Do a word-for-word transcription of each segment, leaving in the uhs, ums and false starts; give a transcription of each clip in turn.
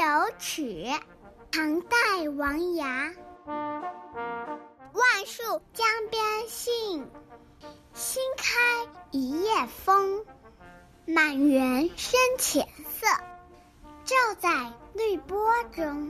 有曲》唐代王牙。万树江边杏，新开一叶风。满园深浅色，照在绿波中。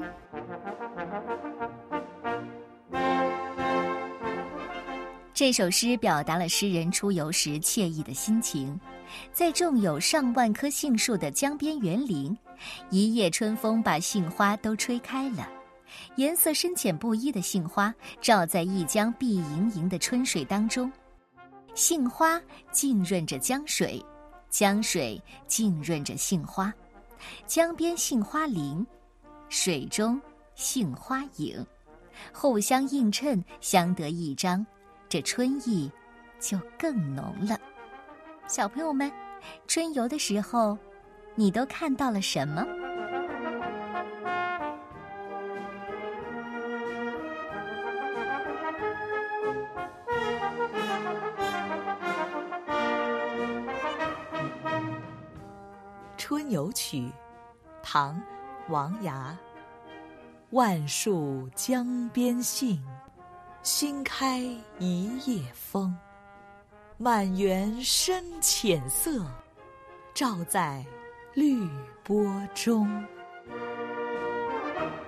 这首诗表达了诗人出游时惬意的心情。在种有上万棵杏树的江边园林，一夜春风把杏花都吹开了，颜色深浅不一的杏花照在一江碧莹莹的春水当中，杏花浸润着江水，江水浸润着杏花，江边杏花林，水中杏花影，互相映衬，相得益彰，这春意就更浓了。小朋友们，春游的时候，你都看到了什么？ 《春游曲》唐·王牙。万树江边杏，新开一叶风。满园深浅色，照在绿波中。